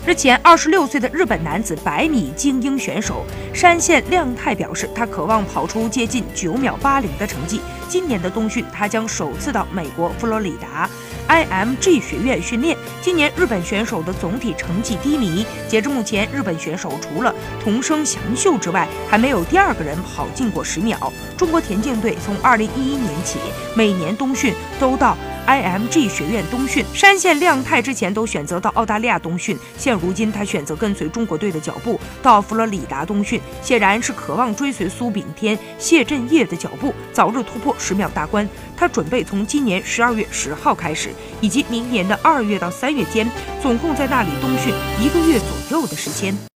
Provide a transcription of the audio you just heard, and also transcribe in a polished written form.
日前，26岁的日本男子100米精英选手山县亮太表示，他渴望跑出接近9秒80的成绩。今年的冬训，他将首次到美国佛罗里达 IMG 学院训练。今年日本选手的总体成绩低迷，截至目前，日本选手除了桐生祥秀之外，还没有第2个人跑进过10秒。中国田径队从2011年起，每年冬训都到 IMG 学院冬训。山县亮太之前都选择到澳大利亚冬训，现如今他选择跟随中国队的脚步到佛罗里达冬训，显然是渴望追随苏炳添、谢震业的脚步，早日突破10秒大关。他准备从今年12月10号开始，以及明年的2月到3月间，总共在那里冬训1个月左右的时间。